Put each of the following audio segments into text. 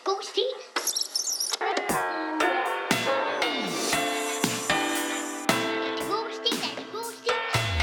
det god stil? Er det god stil? Er det god stil?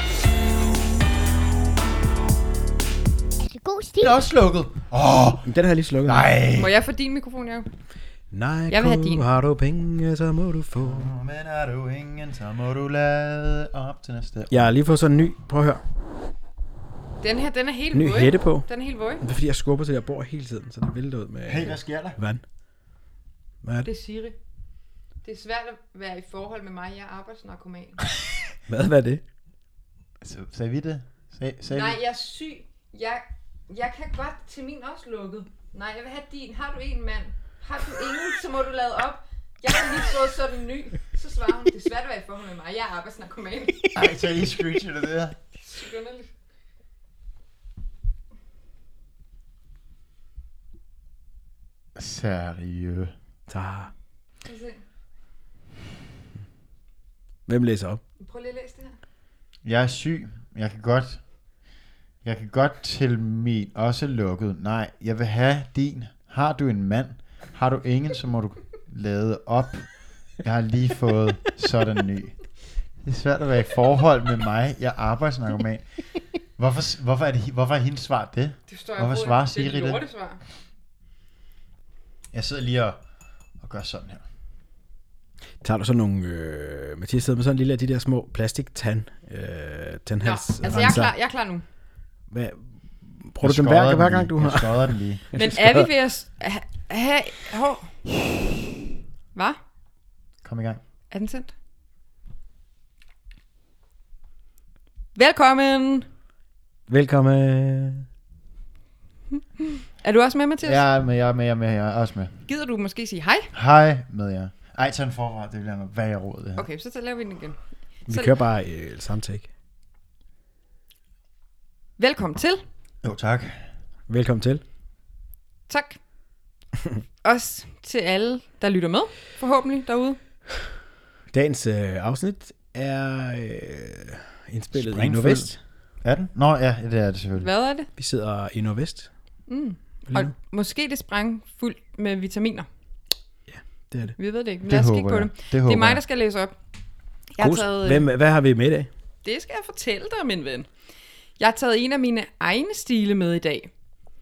Er det god stil? Det er også slukket. Den har jeg lige slukket. Nej. Må jeg få din mikrofon, Jacob? Nej, Jeg vil have din. har du penge, så må du få. Men er du ingen, så må du lade op til næste. Jeg har lige fået sådan en ny. Prøv at høre. Den her, den er helt Ny våd. hætte på. Den er helt våd. Det er fordi, jeg skubber til, at jeg bor hele tiden, så det vælter ud med Hey, hvad sker der? vand. Hvad er det? Det er Siri. Det er svært at være i forhold med mig. Jeg er arbejdsnarkoman. Hvad er det? Sagde vi det? Sagde Nej, vi? jeg er syg. Jeg kan godt til min også lukket. Nej, jeg vil have din. Har du en mand? Har du ingen, så må du lade op. Jeg har lige fået sådan en ny. Så svarer hun, det er svært at være i forhold med mig. Jeg er arbejdsnarkoman. Ej, tag lige screenshot af det der. Skønnerligt. Seriøst. Skal vi se. Hvem læser op? Prøv lige at læse det her. Jeg er syg. Jeg kan godt til min også lukket. Nej, jeg vil have din. Har du en mand? Har du ingen, så må du lade op. Jeg har lige fået sådan en ny. Det er svært at være i forhold med mig. Jeg er arbejdsnarkoman. Hvorfor er hendes svar det? Det står Hvorfor på, svarer det Siri er det? lortesvar. Jeg sidder lige og gør sådan her. Tager du sådan nogle... Mathias sidder med sådan en lille af de der små plastik-tandhals. Nå, altså jeg er klar nu. Hvad? Prøver du dem hver gang, du har... Jeg skodder den lige. Men er vi ved at have... Hvad? Kom i gang. Er den sendt? Velkommen! Velkommen. Er du også med, Mathias? Jeg er med, jeg er også med. Gider du måske sige hej? Hej med jer. Ej, tag den forfra, det bliver noget værre råd, det her. Okay, så laver vi den igen. Vi Så- kører bare samme take. Velkommen til. Jo, tak. Velkommen til. Tak. Også til alle, der lytter med, forhåbentlig derude. Dagens afsnit er indspillet i Springfuld. Nordvest. Er den? Nå, ja, det er det selvfølgelig. Hvad er det? Vi sidder i Nordvest. Og måske det sprang fuldt med vitaminer. Det er det. Vi ved det ikke, men Det lad os håber kigge på jeg. det. Det Det håber er mig, jeg. der skal læse op. Jeg har taget, Hvad har vi med i dag? det skal jeg fortælle dig, min ven. Jeg har taget en af mine egne stile med i dag.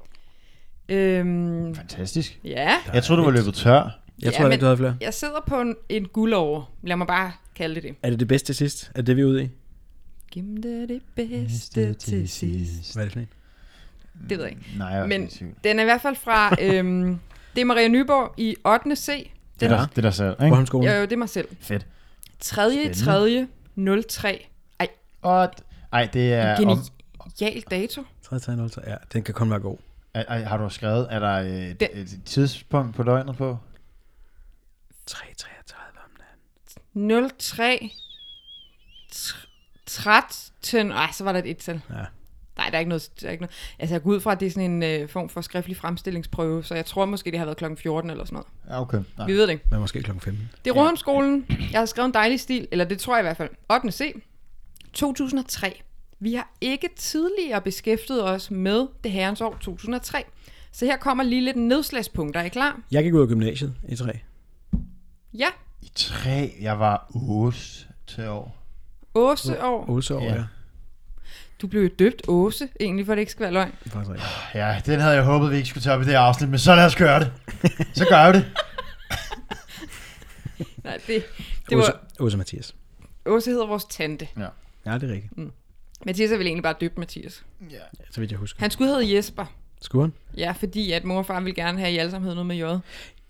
Fantastisk. Ja, Jeg troede, du var løbet tør. Jeg tror ikke, du havde flere. jeg sidder på en guldover. Lad mig bare kalde det det. Er det bedste til sidst? Er det vi er ude i? Giv det bedste til sidst. Hvad er det for en? Det ved jeg ikke. Nej, jeg er Men også i tvivl. den er i hvert fald fra... det er Maria Nyborg i 8. C. Det er der selv, ikke? Bornholmskolen. Jo, det er mig selv. Fedt. 3.3.03. Ej, det er... Genial dato. 3.3.03. Ja, den kan kun være god. Har du skrevet, er der et tidspunkt på døgnet på? 3.33 om dagen. 03 13. Ej, så var der et et-tal. Ja. Nej, der er ikke noget. Altså, jeg går ud fra, at det er sådan en form for skriftlig fremstillingsprøve, så jeg tror måske, det har været klokken 14 eller sådan noget. Ja, okay. Nej. Vi ved det ikke. Men måske klokken 15. Det er Roholmskolen. Jeg har skrevet en dejlig stil, eller det tror jeg i hvert fald. 8. C. 2003. Vi har ikke tidligere beskæftiget os med det herrens år 2003. Så her kommer lige lidt nedslagspunkter. Er I klar? Jeg gik ud af gymnasiet i 3. Ja. I 3, jeg var 8 til år. Åse år. 8 år, Ja. ja. Du blev jo døbt Åse, egentlig, for det ikke skal være løgn. Det er faktisk rigtigt. Ja, den havde jeg håbet, vi ikke skulle tage op i det her afsnit, men så lad os gøre det. Så gør vi det. Nej, det var... Åse Mathias. Åse hedder vores tante. Ja, det er rigtigt. Mathias er vel egentlig bare døbt Mathias. Ja. Ja, så vidt jeg husker. Han skulle hedde Jesper. Skulle han? Ja, fordi at mor og far ville gerne have, at I alle sammen hed noget med J.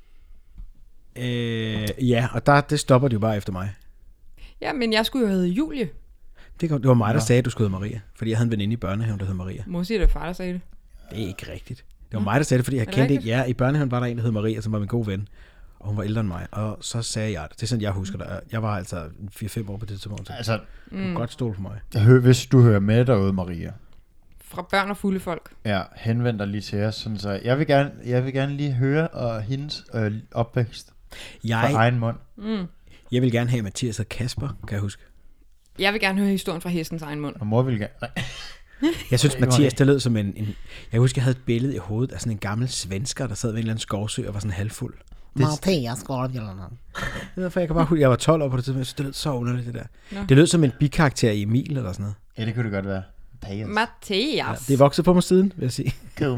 Ja, og det stopper det jo bare efter mig. Ja, men jeg skulle jo hedde Julie. Det var mig, der sagde, at du skulle hedde Maria. Fordi jeg havde en veninde i børnehaven, der hed Maria. Mor siger, det var far, der sagde det. Det er ikke rigtigt. Det var mig, der sagde det, fordi jeg det kendte rigtigt? ikke jer. I børnehaven var der en, der hed Maria, som var min gode ven. Og hun var ældre end mig. Og så sagde jeg det. Det er sådan, jeg husker det. Jeg var altså 4-5 år på det tidspunkt. Altså, Du kan godt stole på mig. hvis du hører med derude, Maria, Fra børn og fulde folk. ja, henvend dig lige til os. Sådan så jeg vil gerne lige høre hendes opvækst fra egen mund. Jeg vil gerne have Mathias og Kasper, kan jeg huske. Jeg vil gerne høre historien fra hestens egen mund. Og mor vil gerne... Nej. Jeg synes, Mathias, det lød som en... Jeg husker, jeg havde et billede i hovedet af sådan en gammel svensker, der sad ved en eller anden skovsø og var sådan halvfuld. Mathias Skovbjørn. Det er for jeg kan bare huske, jeg var 12 år på det tidspunkt, så det lød så underligt, det der. Nå. Det lød som en bikarakter i Emil eller sådan noget. Ja, det kunne det godt være. Mathias. Ja, det er vokset på mig siden, vil jeg sige.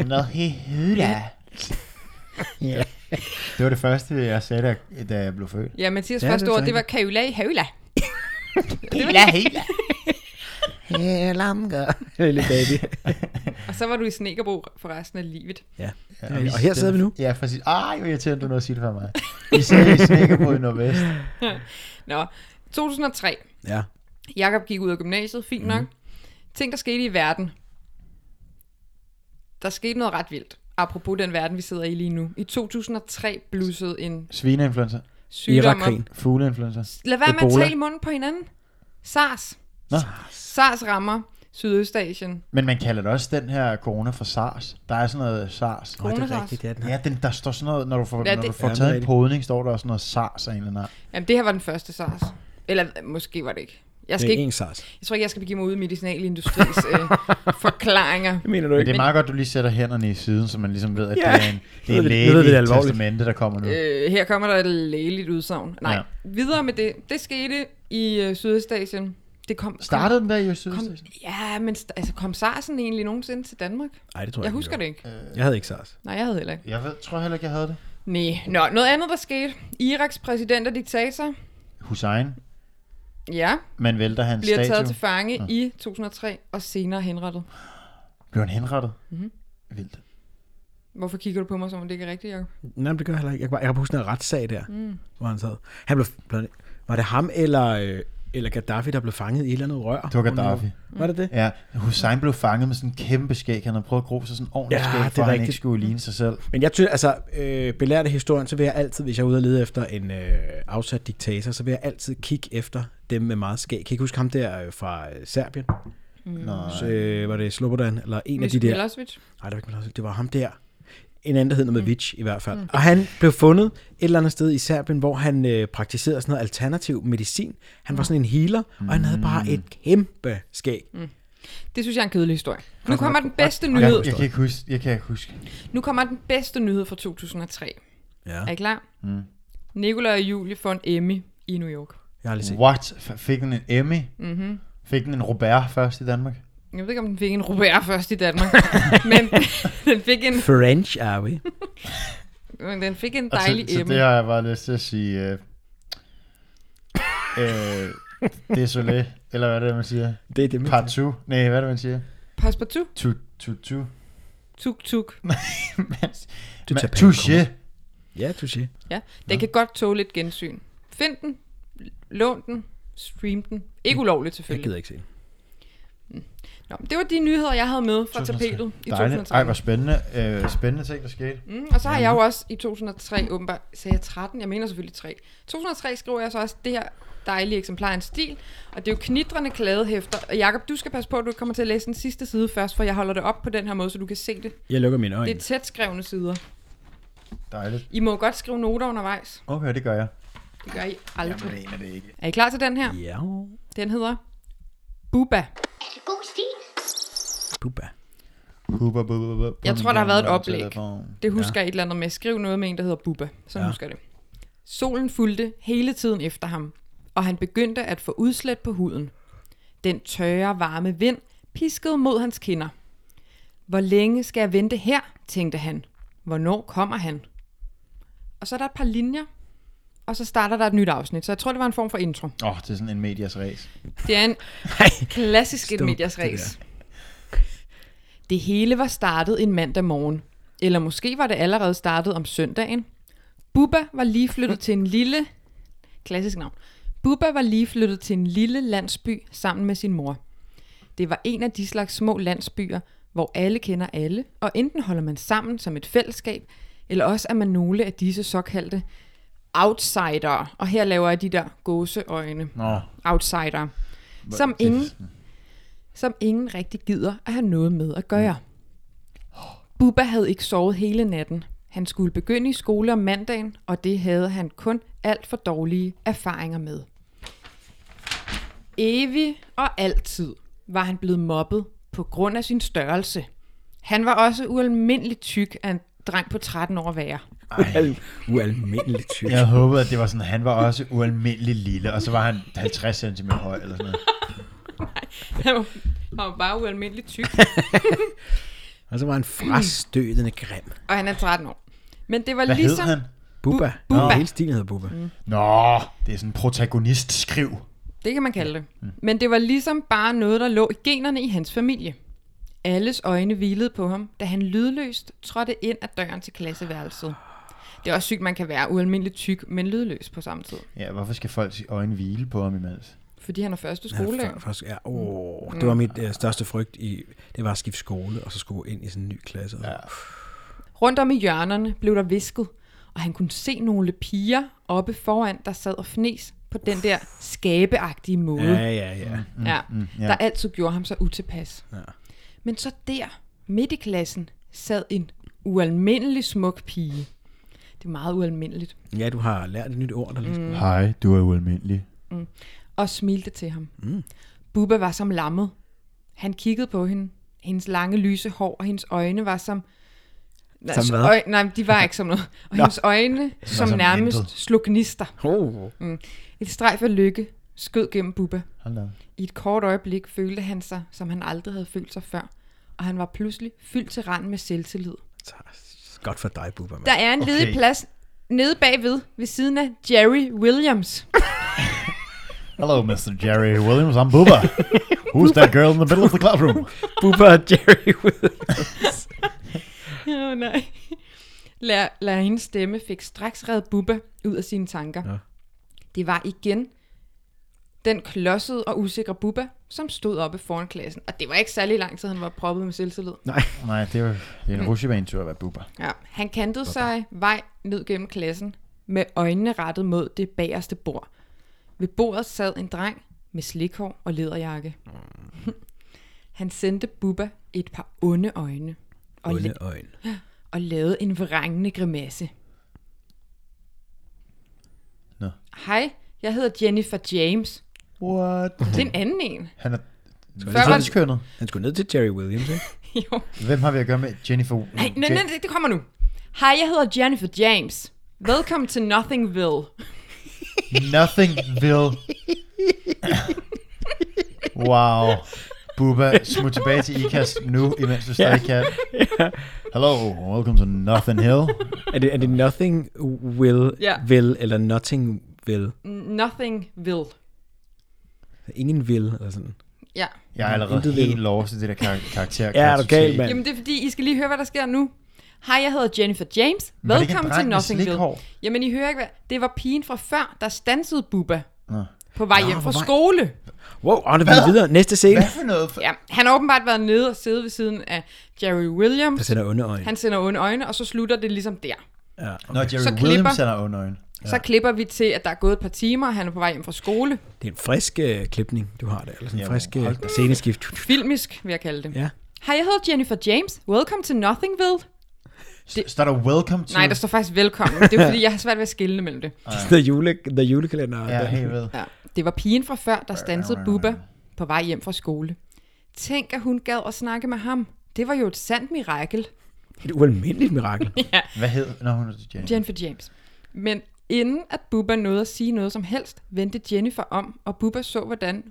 Ja. Det var det første, jeg sagde, da jeg blev født. Ja, Mathias Ja, første det er ord, det var rigtigt. Kaula i Højla. Lille baby. Og så var du i Snekkerbo for resten af livet. Ja. Og her sidder vi nu. Ja, præcis. Hvor irriterende, du nåede at sige det for mig. Vi sidder i Snekkerbo i Nordvest. Nå, 2003. Ja. Jakob gik ud af gymnasiet, fint nok. Ting, der skete i verden. Der skete noget ret vildt. Apropos den verden, vi sidder i lige nu. I 2003 blussede en Svineinfluencer. sygdom op. Irakkrigen. Fugleinfluencer. Lad være med at Ebola. tale i munden på hinanden. SARS. Nå. SARS rammer Sydøstasien. Men man kalder det også den her corona for SARS. Der er sådan noget SARS. Nå, det er Coronasars. rigtigt, det er den her. Ja, der står sådan noget, når du får, Ja, når det- du får Ja, det er taget en rigtigt. podning, står der også noget SARS af en eller anden art. Jamen, det her var den første SARS. Eller måske var det ikke. Jeg, skal Det er ikke, en SARS. jeg tror ikke, jeg skal begive mig ud i medicinalindustris forklaringer. Det mener du Men ikke? det er meget godt, du lige sætter hænderne i siden, så man ligesom ved, at Ja. det er en Nu ved vi det lægelig alvorligt. testamente, der kommer nu. Her kommer der et lægeligt udsagn. Nej, Ja. videre med det. Det skete i Sydøstasien. Det Startede den der i kom, Sydøstasien? ja, men kom SARS'en egentlig nogensinde til Danmark? Nej, det tror jeg Jeg ikke, husker det det ikke. gjorde. Jeg havde ikke SARS. Nej, jeg havde heller ikke. Jeg tror heller ikke, jeg havde det. Nej. Nå, noget andet, der skete. Iraks præsident og diktator, Hussein, ja, man vælter hans bliver statue. taget til fange i 2003 og senere henrettet. Blev han henrettet? Mhm. Vildt. Hvorfor kigger du på mig, som om det ikke er rigtigt, Jacob? Nej, det gør jeg heller ikke. Jeg kan bare huske en retssag der, hvor han sad. Han blev, var det ham eller Gaddafi, der blev fanget i et eller andet rør? Det var Gaddafi. Var det det? Ja, Hussein blev fanget med sådan en kæmpe skæg. Han havde prøvet at gro sig sådan en ordentlig Ja, skæg, det er for at han rigtigt. ikke skulle ligne sig selv. Men jeg synes, altså, belært af historien, så vil jeg altid, hvis jeg er ude og lede efter en afsat diktator, så vil jeg altid kigge efter dem med meget skæg. Kan I ikke huske ham der fra Serbien? Nej. Så, var det Slobodan? Eller en af de der? Milosevic? Nej, det var ikke Milosevic. Det var ham der. En anden, der hed noget med Vic i hvert fald. Og han blev fundet et eller andet sted i Serbien, hvor han praktiserede sådan noget alternativ medicin. Han var sådan en healer, og han havde bare et kæmpe skæg. Det synes jeg er en kedelig historie. Nu kommer den bedste Jeg, nyhed. jeg, kan ikke huske. Jeg kan ikke huske. Nu kommer den bedste nyhed fra 2003. Ja, Er I klar? Mm. Nikolaj og Julie får en Emmy i New York. jeg har aldrig set. What? Fik den en Emmy? Mm-hmm. Fik den en Robert først i Danmark? Jeg ved ikke, om den fik en Robert først i Danmark, men den fik en, French are we? dejlig så Emmy. det har jeg bare lyst til at sige... désolé, eller hvad er det, man siger? Det er det, man Partout. Nej, hvad er det, man siger? Passepartout. Tu. Tuk tuk. Du tager Touché. Ja, du siger. Ja, den kan godt tåle lidt gensyn. Find den, lån den, stream den. Ikke ulovligt Jeg selvfølgelig. gider ikke se. Nå, det var de nyheder, jeg havde med fra tapetet i Dejligt. 2003. Ej, hvor spændende. Spændende ting, der skete. Og så har jeg jo også i 2003 åbenbart, sagde jeg 13? Jeg mener selvfølgelig 3. 2003 skriver jeg så også det her dejlige eksemplar af en stil, og det er jo knitrende kladehæfter. Og Jakob, du skal passe på, at du kommer til at læse den sidste side først, for jeg holder det op på den her måde, så du kan se det. Jeg lukker mine øjne. Det er tæt skrevne sider. Dejligt. I må godt skrive noter undervejs. Okay, det gør jeg. Det gør I aldrig. Jamen, det er det ikke. Er I klar til den her? Ja. Den hedder Bubba. Er det god stil? Bubba. Jeg tror, der har været et oplæg. Det husker jeg et eller andet med. Skriv noget med en, der hedder Bubba. Så husker jeg det. Solen fulgte hele tiden efter ham, og han begyndte at få udslæt på huden. Den tørre, varme vind piskede mod hans kinder. Hvor længe skal jeg vente her, tænkte han. Hvornår kommer han? Og så er der et par linjer, og så starter der et nyt afsnit. Så jeg tror, det var en form for intro. Det er sådan en medias race. Det er en klassisk et Stop medias det race. Det hele var startet en mandag morgen. Eller måske var det allerede startet om søndagen. Bubba var lige flyttet til en lille... Klassisk navn. Bubba var lige flyttet til en lille landsby sammen med sin mor. Det var en af de slags små landsbyer, hvor alle kender alle, og enten holder man sammen som et fællesskab, eller også er man nogle af disse såkaldte outsidere. Og her laver jeg de der gåseøjne. Nå. Outsidere. Som ingen rigtig gider at have noget med at gøre. Bubba havde ikke sovet hele natten. Han skulle begynde i skole om mandagen, og det havde han kun alt for dårlige erfaringer med. Evig og altid var han blevet mobbet på grund af sin størrelse. Han var også ualmindeligt tyk af en dreng på 13 år at være. Ualmindeligt tyk. Jeg håbede, at det var sådan, han var også ualmindelig lille, og så var han 50 cm høj, eller sådan noget. Han var bare ualmindeligt tyk, Og så var han frastødende grim. og han er 13 år. Men det var Hvad ligesom... hed han? Bubba. Bubba. Hele stilen hedder Bubba. Nå, det er sådan en protagonist-skriv. Det kan man kalde det. Men det var ligesom bare noget, der lå i generne i hans familie. Alles øjne hvilede på ham, da han lydløst trådte ind ad døren til klasseværelset. Det er også sygt, man kan være ualmindeligt tyk, men lydløs på samme tid. Ja, hvorfor skal folks øjne hvile på ham imens? Fordi han er første skoledag. Det var mit største frygt det var at skifte skole, og så skulle ind i sådan en ny klasse. Ja. Rundt om i hjørnerne blev der visket, og han kunne se nogle piger oppe foran, der sad og fnes på den der skabeagtige måde, Ja. der altid gjorde ham så utilpas. Ja. Men så der, midt i klassen, sad en ualmindelig smuk pige. Det er meget ualmindeligt. Ja, du har lært et nyt ord, der lige Hej, du er ualmindelig. Og smilte til ham. Bubba var som lammet. Han kiggede på hende. Hendes lange lyse hår og hendes øjne var som... Som hvad? Nej, de var ikke som noget. Og hendes øjne som som nærmest intet. slog gnister. Et strejf af lykke skød gennem Bubba. Hold da. I et kort øjeblik følte han sig, som han aldrig havde følt sig før. Og han var pludselig fyldt til randen med selvtillid. Godt for dig, Bubba. Der er en ledig plads nede bagved, ved siden af Jerry Williams. Hello, Mr. Jerry Williams. I'm Bubba. Who's that girl in the middle of the classroom? Bubba og Jerry Williams. Nej. Lærerindens stemme fik straks reddet Bubba ud af sine tanker. Ja. Det var igen den klodsede og usikre Bubba, som stod oppe foran klassen. Og det var ikke særlig lang tid, han var proppet med selvtillid. Nej, det er en rutsjebanetur at være Bubba. Ja. Han kantede sig vej ned gennem klassen, med øjnene rettet mod det bagerste bord. Ved bordet sad en dreng med slikhår og læderjakke. Han sendte Bubba et par onde øjne. Og lavede en vrængende grimasse. Nå. Hej, jeg hedder Jennifer James. What? Det er en anden en. Han er Før var- transkønnet. Han skulle ned til Jerry Williams, ikke? Jo. Hvem har vi at gøre med? Jennifer... Nej, det kommer nu. Hej, jeg hedder Jennifer James. Velkommen til Nothingville. Nothingville. Wow. Bubba, smut tilbage til IKAST nu, imens du stadig kan. Hello, welcome to Nothing Hill. Er det nothing will, Ja. will eller nothing will? Nothingville. Ingen vil, eller sådan. Ja. Jeg er allerede Intet vil. helt lost i det der karakter. Ja, er du gal, mand? Jamen det er fordi, I skal lige høre, hvad der sker nu. Hej, jeg hedder Jennifer James. Var det ikke en Velkommen dreng til med Nothingville. slikhår? Jamen I hører ikke, hvad... Det var pigen fra før, der stansede Bubba Nå. på vej hjem fra skole. Wow, det var videre. Næste scene. Hvad for noget? Ja, han har åbenbart været nede og siddet ved siden af Jerry Der Williams. sender onde øjne. Han sender onde øjne, og så slutter det ligesom der. Ja, Når Jerry Så klipper- Williams sender under øjne. Så klipper vi til, at der er gået et par timer, og han er på vej hjem fra skole. Det er en frisk klipning, du har der. Eller sådan en Jamen, frisk hold da. sceneskift. Filmisk, vil jeg kalde det. Ja. Hej, jeg hedder Jennifer James. Welcome to Nothingville. Står der welcome to? Nej, der står faktisk velkommen. Det er fordi, jeg har svært ved at skille mellem det. The julekalender. Ja, helt ved. Ja. Det var pigen fra før, der stansede Bubba på vej hjem fra skole. Tænk, at hun gad at snakke med ham. Det var jo et sandt mirakel. Et ualmindeligt mirakel. Ja, Hvad hed... Nå, hun er Jennifer. Jennifer James. Men inden at Bubba nåede at sige noget som helst, vendte Jennifer om, og Bubba så, hvordan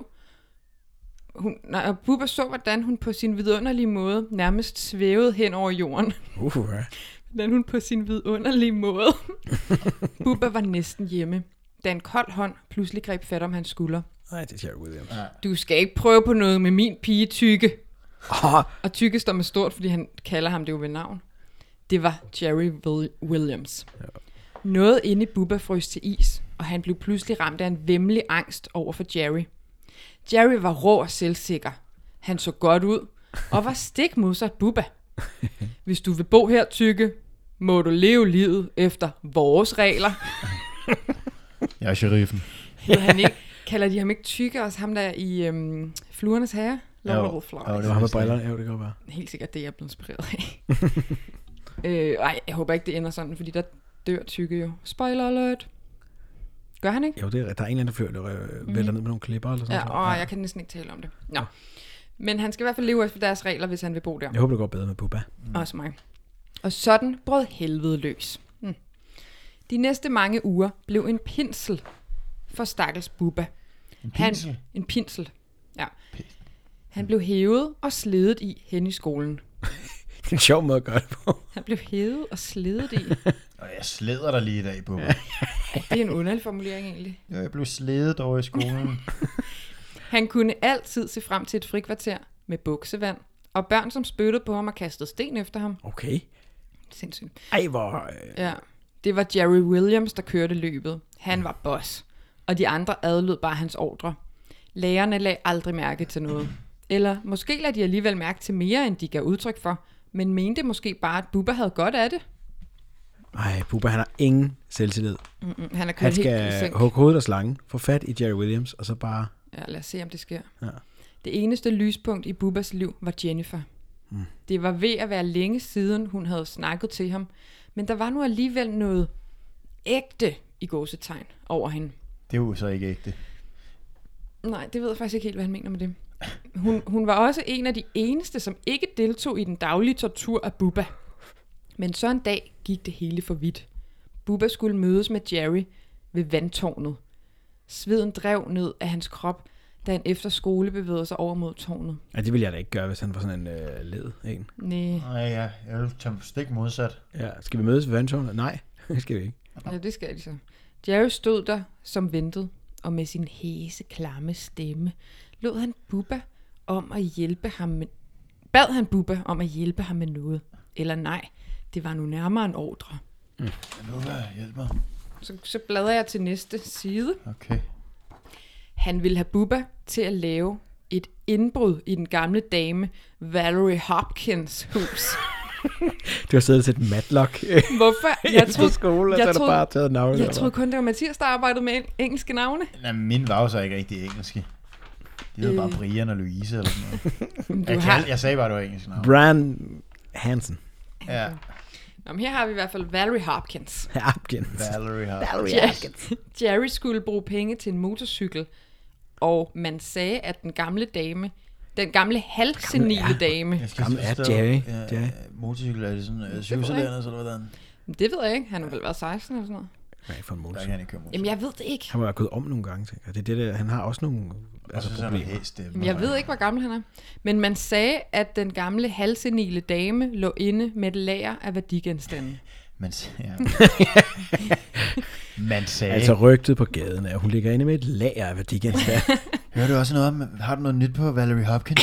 Bubba så, hvordan hun på sin vidunderlige måde nærmest svævede hen over jorden. Ja. Hvordan hun på sin vidunderlige måde. Bubba var næsten hjemme, da en kold hånd pludselig greb fat om hans skulder. Nej, det er Jerry Williams. Du skal ikke prøve på noget med min pige Tykke. Oh, Og Tykke står med stort, fordi han kalder ham det jo ved navn. Det var Jerry Williams. Ja. Noget inde i Bubba frøs til is, og han blev pludselig ramt af en væmmelig angst over for Jerry. Jerry var rå og selvsikker. Han så godt ud, og var stik modsat Bubba. Hvis du vil bo her, Tykke, må du leve livet efter vores regler. Jeg er sheriffen. Kalder de ham ikke Tykke, også ham der i Fluernes Herre? Lord of the Flies. det var ham med brillerne. Jo, det kan være. Helt sikkert det, jeg er blevet inspireret af. Ej, jeg håber ikke, det ender sådan, fordi der dør Tykke jo. Spoiler alert. Gør han ikke? Jo, der er en eller anden, der vælter ned med nogle klipper eller sådan Ja, noget. og jeg kan næsten ikke tale om det. Nå. Men han skal i hvert fald leve efter deres regler, hvis han vil bo der. Jeg håber, det går bedre med Bubba. Også mig. Og sådan brød helvede løs. De næste mange uger blev en pinsel for stakkels Bubba. En pinsel? En pinsel, ja. Han blev hævet og sledet i hen i skolen. Det er en sjov måde at gøre det på. Han blev hævet og sledet i. Og jeg slæder dig lige i dag, Bubba. Det er en underlig formulering egentlig. Jo, jeg blev slædet over i skolen. Han kunne altid se frem til et frikvarter med buksevand, og børn, som spyttede på ham og kastede sten efter ham. Okay. Sindssygt. Ej, hvor... Ja. Det var Jerry Williams, der kørte løbet. Han var boss, og de andre adlød bare hans ordre. Lærerne lagde aldrig mærke til noget. Eller måske lagde de alligevel mærke til mere, end de gav udtryk for, men mente måske bare, at Bubba havde godt af det. Ej, Bubba, han har ingen selvtillid. Han er kørt Han helt i skal sænk. hugge hovedet af slangen, få fat i Jerry Williams, og så bare... Ja, lad os se, om det sker. Ja. Det eneste lyspunkt i Bubbas liv var Jennifer. Det var ved at være længe siden, hun havde snakket til ham, men der var nu alligevel noget ægte i gåsetegn over hende. Det er jo så ikke ægte. Nej, det ved jeg faktisk ikke helt, hvad han mener med det. Hun var også en af de eneste, som ikke deltog i den daglige tortur af Bubba. Men så en dag gik det hele for vidt. Bubba skulle mødes med Jerry ved vandtårnet. Sveden drev ned af hans krop, da han efter skole bevægede sig over mod tårnet. Ja, det ville jeg da ikke gøre, hvis han var sådan en led en. Næh, Nej, ja. Jeg vil tage stik modsat. Ja, skal vi mødes ved vandtårnet? Nej, det skal vi ikke. ja, det skal de så. Jerry stod der som ventet, og med sin hæse, klamme stemme lod han Bubba om at hjælpe ham med... Bad han Bubba om at hjælpe ham med noget? Eller nej, det var nu nærmere en ordre. Bubba, hjælp mig. Så bladrer jeg til næste side. Okay. Han ville have Bubba til at lave et indbrud i den gamle dame Valerie Hopkins hus. Du har siddet til et Matlock Hvorfor? Jeg på troede, skole, og så jeg har du troede- bare taget navnet. jeg troede kun, det var Mathias, der arbejdede med engelske navne. Nej, min var jo så ikke rigtig engelske. De hed bare Brian og Louise eller sådan noget. Jeg sagde bare, det var engelsk navn. Brian Hansen. Ja. Nå, men her har vi i hvert fald Valerie Hopkins. Hopkins. Valerie har. Jerry skulle bruge penge til en motorcykel, og man sagde, at den gamle halvsenile dame, Gammel er Jerry. Jerry. Motorcykel, er det sådan ved jeg syvcylinders eller hvordan? det ved jeg ikke, han har vel været 16 eller sådan noget. Hvad er det for en Der motor? kan han ikke køre motorcykel. Jamen, jeg ved det ikke. Han må have gået om nogle gange, tænker jeg. Det er det der, han har også nogle Og så er der problemer. hæstemme. Jamen, jeg ved ikke, hvor gammel han er. Men man sagde, at den gamle halvsenile dame lå inde med et lager af værdigenstande. Man sagde... Altså rygtet på gaden er, at hun ligger inde med et lager af værdigenstande. Hører du også noget om... Har du noget nyt på Valerie Hopkins?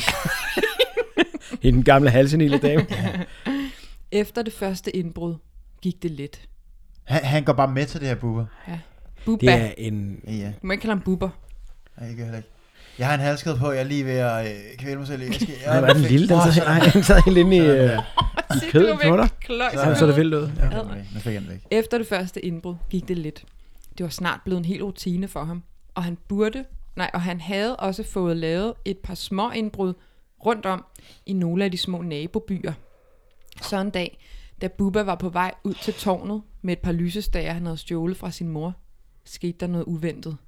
I den gamle halsenile dame. Efter det første indbrud gik det let. Han går bare med til det her, Bubba. Ja. Bubba. Det er en... Ja, Du må ikke kalde ham Bubber. nej, det gør jeg heller ikke. Jeg har en halskæde på, jeg er lige ved at kvæle mig selv. Nej, var den lille? Den sad helt inde i kødet på dig. Så er det vildt ud. Ja. Nu fik jeg den væk. Efter det første indbrud gik det let. Det var snart blevet en hel rutine for ham. Og han havde også fået lavet et par små indbrud rundt om i nogle af de små nabobyer. Så en dag, da Bubba var på vej ud til tårnet med et par lysestager, han havde stjålet fra sin mor, skete der noget uventet.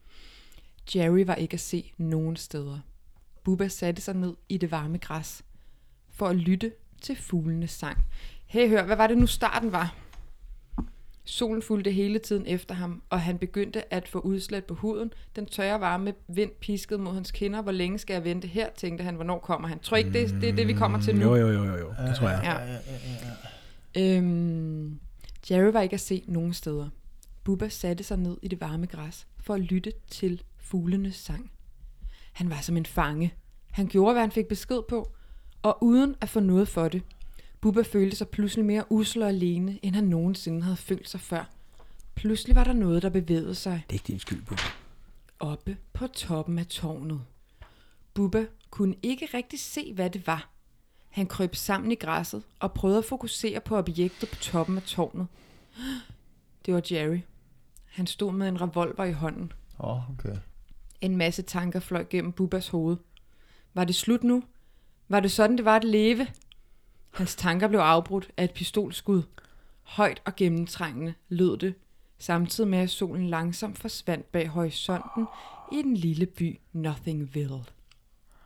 Jerry var ikke at se nogen steder. Bubba satte sig ned i det varme græs for at lytte til fuglenes sang. Hey, hør, hvad var det nu starten var? Solen fulgte hele tiden efter ham, og han begyndte at få udslæt på huden. Den tørre varme vind piskede mod hans kinder. Hvor længe skal jeg vente her, tænkte han. Hvornår kommer han? Tror ikke, det er det, vi kommer til nu? Jo. Det tror jeg. Ja. Jerry var ikke at se nogen steder. Bubba satte sig ned i det varme græs for at lytte til fuglenes sang. Han var som en fange. Han gjorde, hvad han fik besked på, og uden at få noget for det. Bubba følte sig pludselig mere usel og alene, end han nogensinde havde følt sig før. Pludselig var der noget, der bevægede sig Det er ikke din skyld, Bubba. oppe på toppen af tårnet. Bubba kunne ikke rigtig se, hvad det var. Han krøb sammen i græsset og prøvede at fokusere på objektet på toppen af tårnet. Det var Jerry. Han stod med en revolver i hånden. Okay. En masse tanker fløj gennem Bubbas hoved. Var det slut nu? Var det sådan, det var at leve? Hans tanker blev afbrudt af et pistolskud. Højt og gennemtrængende lød det, samtidig med at solen langsomt forsvandt bag horisonten i den lille by Nothingville.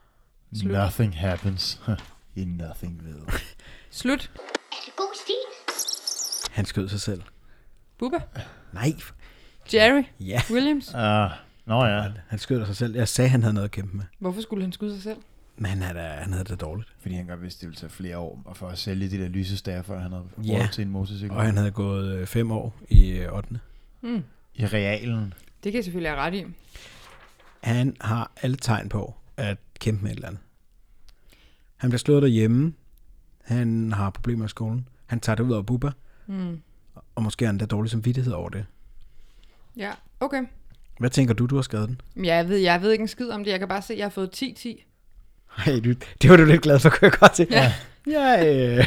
Slut. Nothing happens i Nothingville. Slut. Er det god stil? Han skød sig selv. Bubba. Nej. Jerry. Ja, Williams. Nå ja, han skød sig selv. Jeg sagde, han havde noget at kæmpe med. Hvorfor skulle han skyde sig selv? Men han havde det dårligt. fordi han godt vidste, det ville tage flere år, og for at sælge de der lysestager, før han havde Ja. råd til en motorcykel. Og han havde gået 5 år i 8. Hmm. I realen. Det kan jeg selvfølgelig have ret i. Han har alle tegn på at kæmpe med et eller andet. Han bliver slået derhjemme. Han har problemer i skolen. Han tager det ud over Bubba. Hmm. Og måske har han da dårlig samvittighed over det. Ja, okay. Hvad tænker du har skrevet den? Jeg ved ikke en skid om det. Jeg kan bare se, at jeg har fået 10-10. Hey, det var du lidt glad for, kunne jeg godt til. Ja. Ja,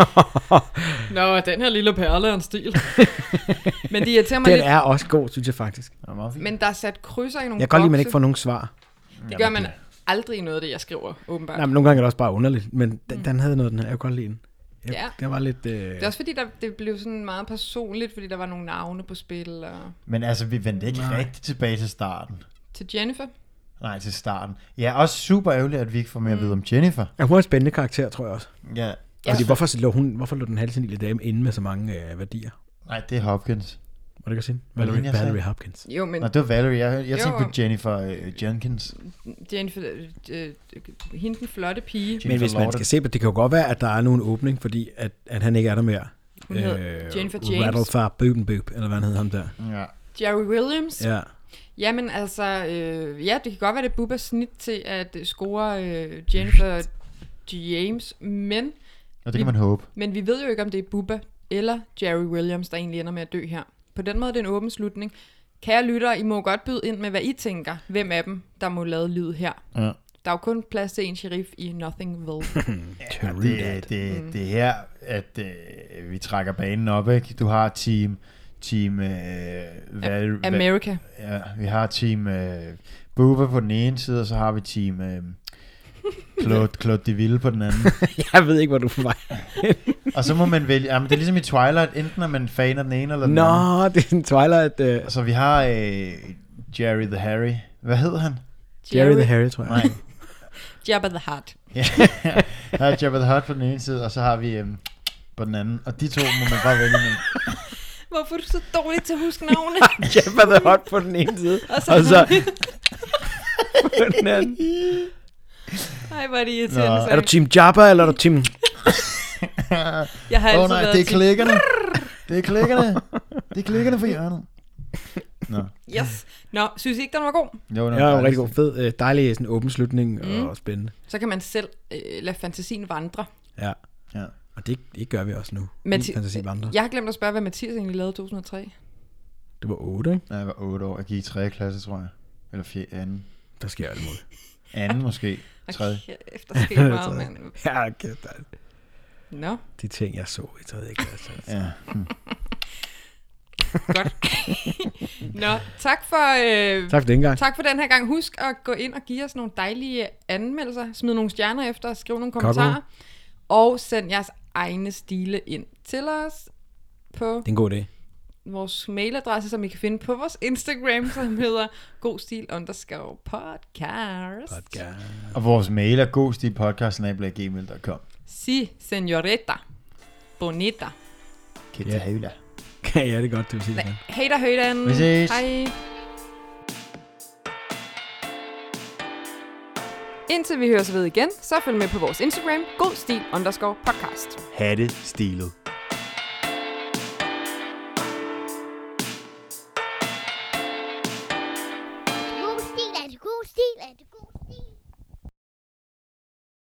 Nå, den her lille perle er en stil. Men det irriterer mig den lidt. er også god, synes jeg faktisk. Det var meget fint. Men der er sat krydser i nogle Jeg kan godt lide, at man bokse. ikke får nogen svar. Det gør man aldrig i noget af det, jeg skriver, åbenbart. Nej, men nogle gange er det også bare underligt. Men den havde noget, den her. Jeg kunne godt lide den. Ja. Det var lidt... Det er også fordi, det blev sådan meget personligt, fordi der var nogle navne på spil. Og... Men altså, vi vendte ikke rigtig tilbage til starten. Til Jennifer. Nej, til starten. Ja, også super ærgerligt, at vi ikke får mere at vide om Jennifer. Ja, hun er en spændende karakter, tror jeg også. Ja. Fordi hvorfor lå den halvsenile dame inde med så mange værdier? Nej, det er Hopkins. Må det ikke sige? Hvad er det, jeg sagde? Valerie Hopkins. Jo, men Nå, det var Valerie. Jeg Jo. tænkte på Jennifer Jenkins. Jennifer, hende den flotte pige, Jennifer Men hvis man Lawrence. skal se på, det kan jo godt være, at der er nogen åbning, fordi at han ikke er der mere. hun hed Jennifer James. Rattlefar Bøbenbøb, eller hvad han hed ham der. Ja. Jerry Williams. Ja. Jamen altså, ja, det kan godt være, det er Bubbas snit til at score Jennifer James, men Og det kan man håbe. vi ved jo ikke, om det er Bubba eller Jerry Williams, der egentlig ender med at dø her. På den måde er det en åben slutning. Kære lyttere, I må godt byde ind med, hvad I tænker. Hvem af dem, der må lade lyd her. Ja. Der er jo kun plads til en sheriff i Nothingville. Ja, det er her, at vi trækker banen op, ikke? Du har team America. ja, vi har team Bubba på den ene side, og så har vi team Claude de Ville på den anden. Jeg ved ikke, hvor du er på vej. Og så må man vælge, jamen det er ligesom i Twilight, enten er man fan af den ene eller den anden. Nå, det er en Twilight. Så vi har Jerry the Harry. Hvad hed han? Jerry the Harry, tror jeg. Nej. Jabba the Hutt. Ja, der er Jabba the Hutt på den ene side, og så har vi på den anden. Og de to må man bare vælge med. Hvorfor er du så dårlig til at huske navne? Jabba the Hutt på den ene side. Og så- Og så på den anden. Ej, hvor er det irriterende. Nå. Er du Team Jabba, eller er du Team... Jeg har altid Nej, været det er team- klikkerne. Det er klikkerne. Det er klikkerne for hjørnet. Nå. Yes. Nå, synes I ikke, den var god? Jo, Ja, rigtig god. Fed, dejlig sådan åben slutning og spændende. Så kan man selv lade fantasien vandre. Ja. Ja. Og det gør vi også nu. Min fantasi vandrer. Jeg har glemt at spørge, hvad Mathias egentlig lavede i 2003. Det var 8, ikke? Jeg var 8 år. Jeg gik i 3. klasse, tror jeg. Eller 4. anden. Der sker alt muligt. Anden måske. 3. Kæft, der sker meget, mand. Ja, kæft. altså. Nå, De ting, jeg så i 3. klasse. Altså. Ja. godt. Nå, tak for... Tak for den gang. Tak for den her gang. Husk at gå ind og give os nogle dejlige anmeldelser. Smid nogle stjerner efter og skriv nogle kommentarer. Og send jeres egne stile ind til os på Det er en god idé. vores mailadresse, som I kan finde på vores Instagram, som hedder godstil_podcast. Og vores mail er godstilpodcast@gmail.com. Si, señorita. Bonita. Kitahavla. Ja, det er godt, det vil sige det. Nej, hej da, højden. Vi ses. Hej. Indtil vi høres ved igen, så følg med på vores Instagram, godstil_podcast. Hatte stilet. God stil, er det god stil, er det god